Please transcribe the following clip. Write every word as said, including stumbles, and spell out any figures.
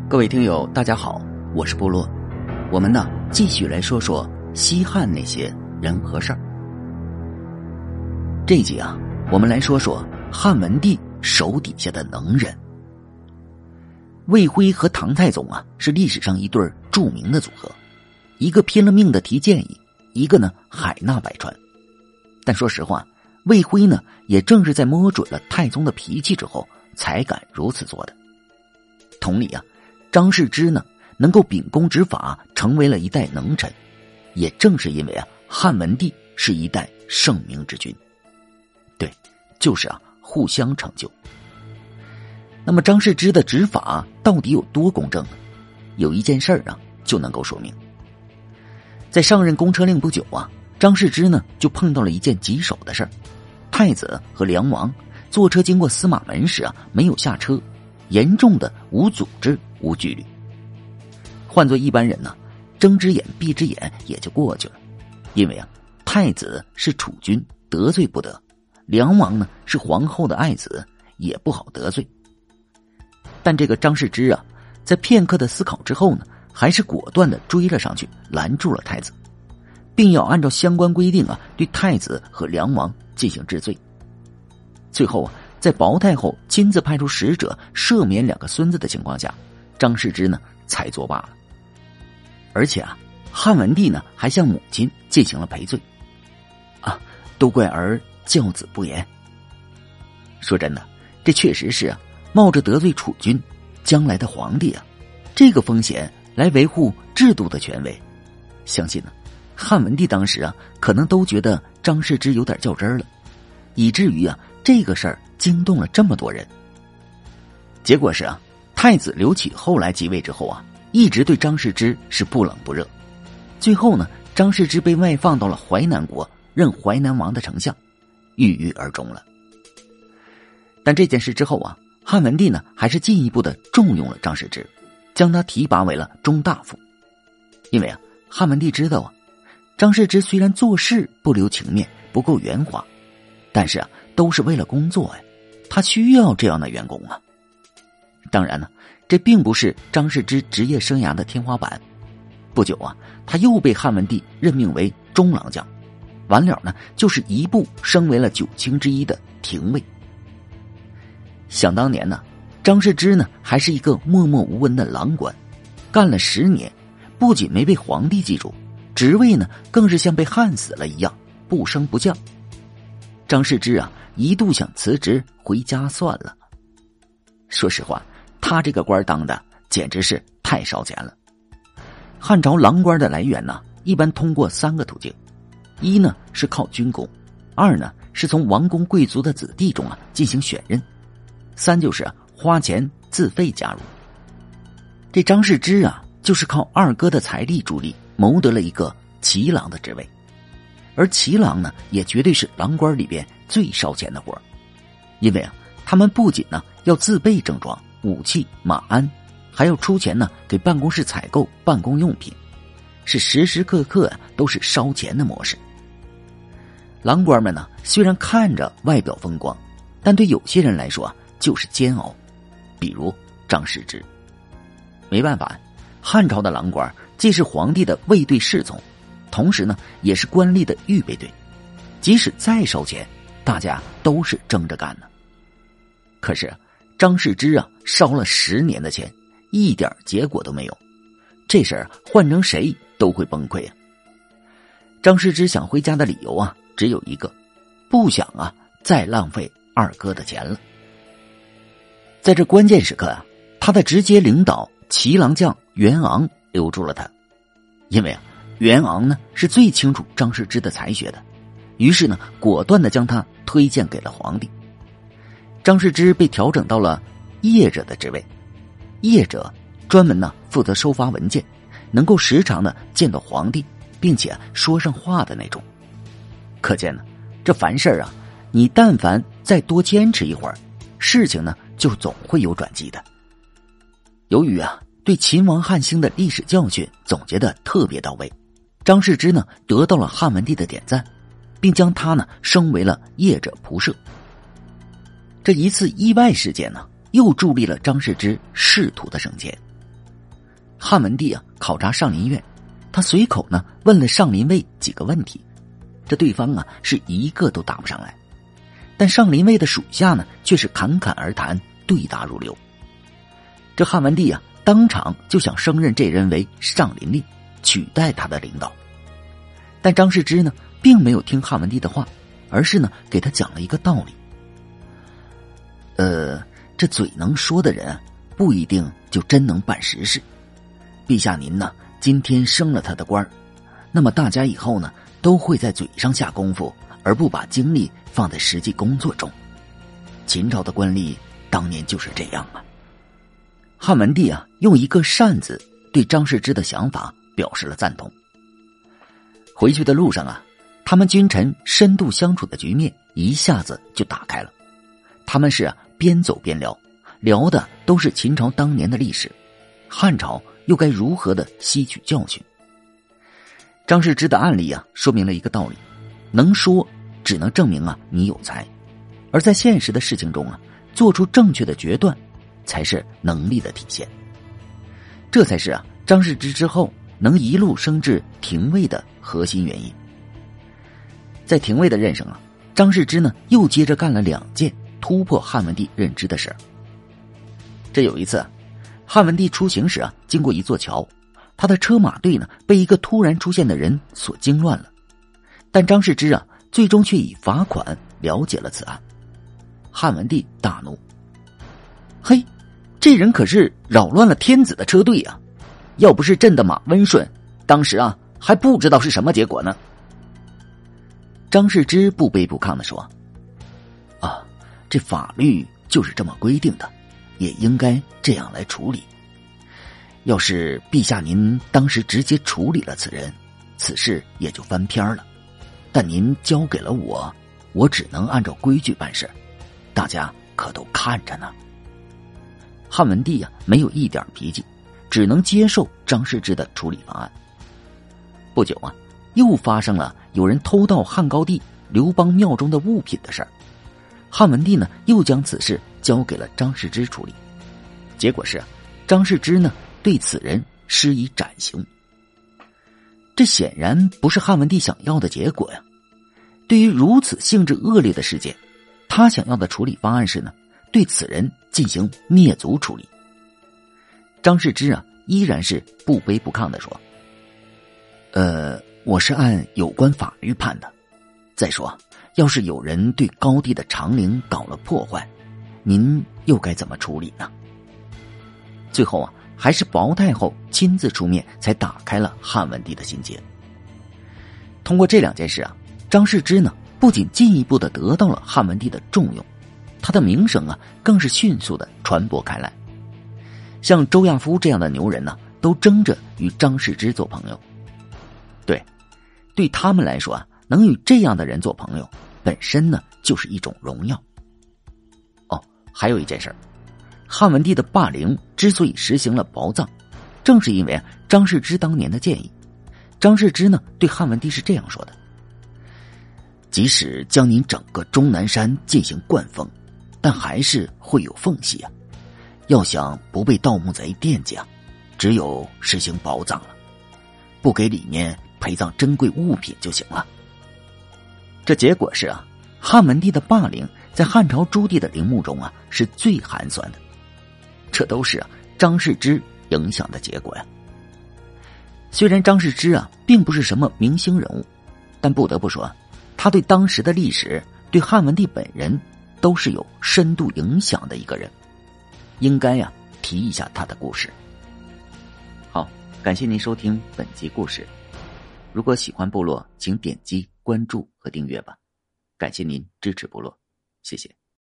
各位听友大家好，我是波洛，我们呢继续来说说西汉那些人和事儿。这一集啊，我们来说说汉文帝手底下的能人。魏辉和唐太宗啊，是历史上一对著名的组合，一个拼了命的提建议，一个呢海纳百川。但说实话，魏辉呢也正是在摸准了太宗的脾气之后，才敢如此做的。同理啊，张世之呢能够秉公执法，成为了一代能臣，也正是因为啊汉文帝是一代圣明之君。对，就是啊互相成就。那么张世之的执法到底有多公正呢？有一件事儿啊就能够说明。在上任公车令不久啊，张世之呢就碰到了一件棘手的事儿。太子和梁王坐车经过司马门时啊，没有下车，严重的无组织无纪律。换做一般人呢，睁只眼闭只眼也就过去了，因为啊太子是储君，得罪不得，梁王呢是皇后的爱子，也不好得罪。但这个张世之啊，在片刻的思考之后呢，还是果断的追了上去，拦住了太子，并要按照相关规定啊，对太子和梁王进行治罪。最后啊，在薄太后亲自派出使者赦免两个孙子的情况下，张世之呢才作罢了。而且啊，汉文帝呢还向母亲进行了赔罪。啊，都怪儿教子不严。说真的，这确实是啊，冒着得罪储君，将来的皇帝啊，这个风险来维护制度的权威，相信呢，汉文帝当时啊，可能都觉得张世之有点较真了，以至于啊，这个事儿惊动了这么多人。结果是啊，太子刘启后来即位之后啊，一直对张世之是不冷不热。最后呢，张世之被外放到了淮南国，任淮南王的丞相，郁郁而终了。但这件事之后啊，汉文帝呢还是进一步的重用了张世之，将他提拔为了中大夫。因为啊，汉文帝知道啊，张世之虽然做事不留情面，不够圆滑，但是啊，都是为了工作呀，他需要这样的员工啊。当然呢，这并不是张世之职业生涯的天花板。不久啊，他又被汉文帝任命为中郎将，完了呢，就是一步升为了九卿之一的廷尉。想当年呢，张世之呢还是一个默默无闻的郎官，干了十年，不仅没被皇帝记住，职位呢更是像被焊死了一样，不升不降。张世之啊，一度想辞职回家算了。说实话，他这个官当的简直是太烧钱了。汉朝郎官的来源呢，一般通过三个途径：一呢是靠军功，二呢是从王公贵族的子弟中啊进行选任，三就是啊花钱自费加入。这张世之啊，就是靠二哥的财力助力，谋得了一个骑郎的职位。而骑郎呢，也绝对是郎官里边最烧钱的活，因为啊，他们不仅呢要自备正装、武器、马鞍，还要出钱呢给办公室采购办公用品，是时时刻刻啊都是烧钱的模式。郎官们呢，虽然看着外表风光，但对有些人来说啊，就是煎熬。比如张世之。没办法，汉朝的郎官既是皇帝的卫队侍从，同时呢也是官吏的预备队，即使再烧钱，大家都是争着干的。可是张世之啊，烧了十年的钱，一点结果都没有，这事儿换成谁都会崩溃啊。张世之想回家的理由啊，只有一个，不想啊再浪费二哥的钱了。在这关键时刻啊，他的直接领导骑郎将袁昂留住了他，因为啊袁昂呢是最清楚张世之的才学的，于是呢果断的将他推荐给了皇帝。张世之被调整到了谒者的职位，谒者专门呢负责收发文件，能够时常的见到皇帝，并且说上话的那种。可见呢，这凡事啊，你但凡再多坚持一会儿，事情呢就总会有转机的。由于啊对秦王汉兴的历史教训总结的特别到位，张世之呢得到了汉文帝的点赞，并将他呢升为了谒者仆射。这一次意外事件呢，又助力了张世之仕途的升迁。 汉文帝啊考察上林苑，他随口呢问了上林卫几个问题，这对方啊是一个都答不上来，但上林卫的属下呢却是侃侃而谈，对答如流。这汉文帝啊当场就想升任这人为上林令，取代他的领导。但张世之呢并没有听汉文帝的话，而是呢给他讲了一个道理。呃，这嘴能说的人不一定就真能办实事。陛下您呢今天升了他的官，那么大家以后呢都会在嘴上下功夫，而不把精力放在实际工作中。秦朝的官吏当年就是这样啊。汉文帝啊用一个善字对张世之的想法表示了赞同。回去的路上啊，他们君臣深度相处的局面一下子就打开了。他们是啊边走边聊，聊的都是秦朝当年的历史，汉朝又该如何的吸取教训。张世之的案例啊说明了一个道理，能说只能证明啊你有才，而在现实的事情中啊做出正确的决断才是能力的体现。这才是啊张世之之后能一路升至廷尉的核心原因。在廷尉的任上啊，张世之呢又接着干了两件突破汉文帝认知的事。这有一次汉文帝出行时啊经过一座桥，他的车马队呢被一个突然出现的人所惊乱了，但张世之啊最终却以罚款了解了此案。汉文帝大怒，嘿，这人可是扰乱了天子的车队啊，要不是朕的马温顺，当时啊还不知道是什么结果呢。张世之不卑不亢地说，啊，这法律就是这么规定的，也应该这样来处理。要是陛下您当时直接处理了此人，此事也就翻篇了，但您交给了我，我只能按照规矩办事，大家可都看着呢。汉文帝啊没有一点脾气，只能接受张世之的处理方案。不久啊又发生了有人偷盗汉高帝刘邦庙中的物品的事儿，汉文帝呢又将此事交给了张世之处理。结果是张世之呢对此人施以斩刑。这显然不是汉文帝想要的结果呀。对于如此性质恶劣的事件，他想要的处理方案是呢对此人进行灭族处理。张世之啊依然是不卑不亢地说，呃我是按有关法律判的，再说要是有人对高帝的长陵搞了破坏，您又该怎么处理呢？最后啊还是薄太后亲自出面才打开了汉文帝的心结。通过这两件事啊，张世之呢不仅进一步的得到了汉文帝的重用，他的名声啊更是迅速的传播开来。像周亚夫这样的牛人呢都争着与张世之做朋友。对对他们来说啊，能与这样的人做朋友本身呢就是一种荣耀。哦，还有一件事，汉文帝的霸陵之所以实行了薄葬，正是因为张世之当年的建议。张世之呢对汉文帝是这样说的，即使将您整个终南山进行灌封，但还是会有缝隙啊，要想不被盗墓贼惦记啊，只有实行薄葬了，不给里面陪葬珍贵物品就行了。这结果是啊，汉文帝的霸陵在汉朝朱棣的陵墓中啊是最寒酸的。这都是啊张世之影响的结果呀。虽然张世之啊并不是什么明星人物，但不得不说，他对当时的历史，对汉文帝本人都是有深度影响的一个人，应该呀、啊、提一下他的故事。好，感谢您收听本集故事。如果喜欢部落，请点击关注和订阅吧。感谢您支持部落，谢谢。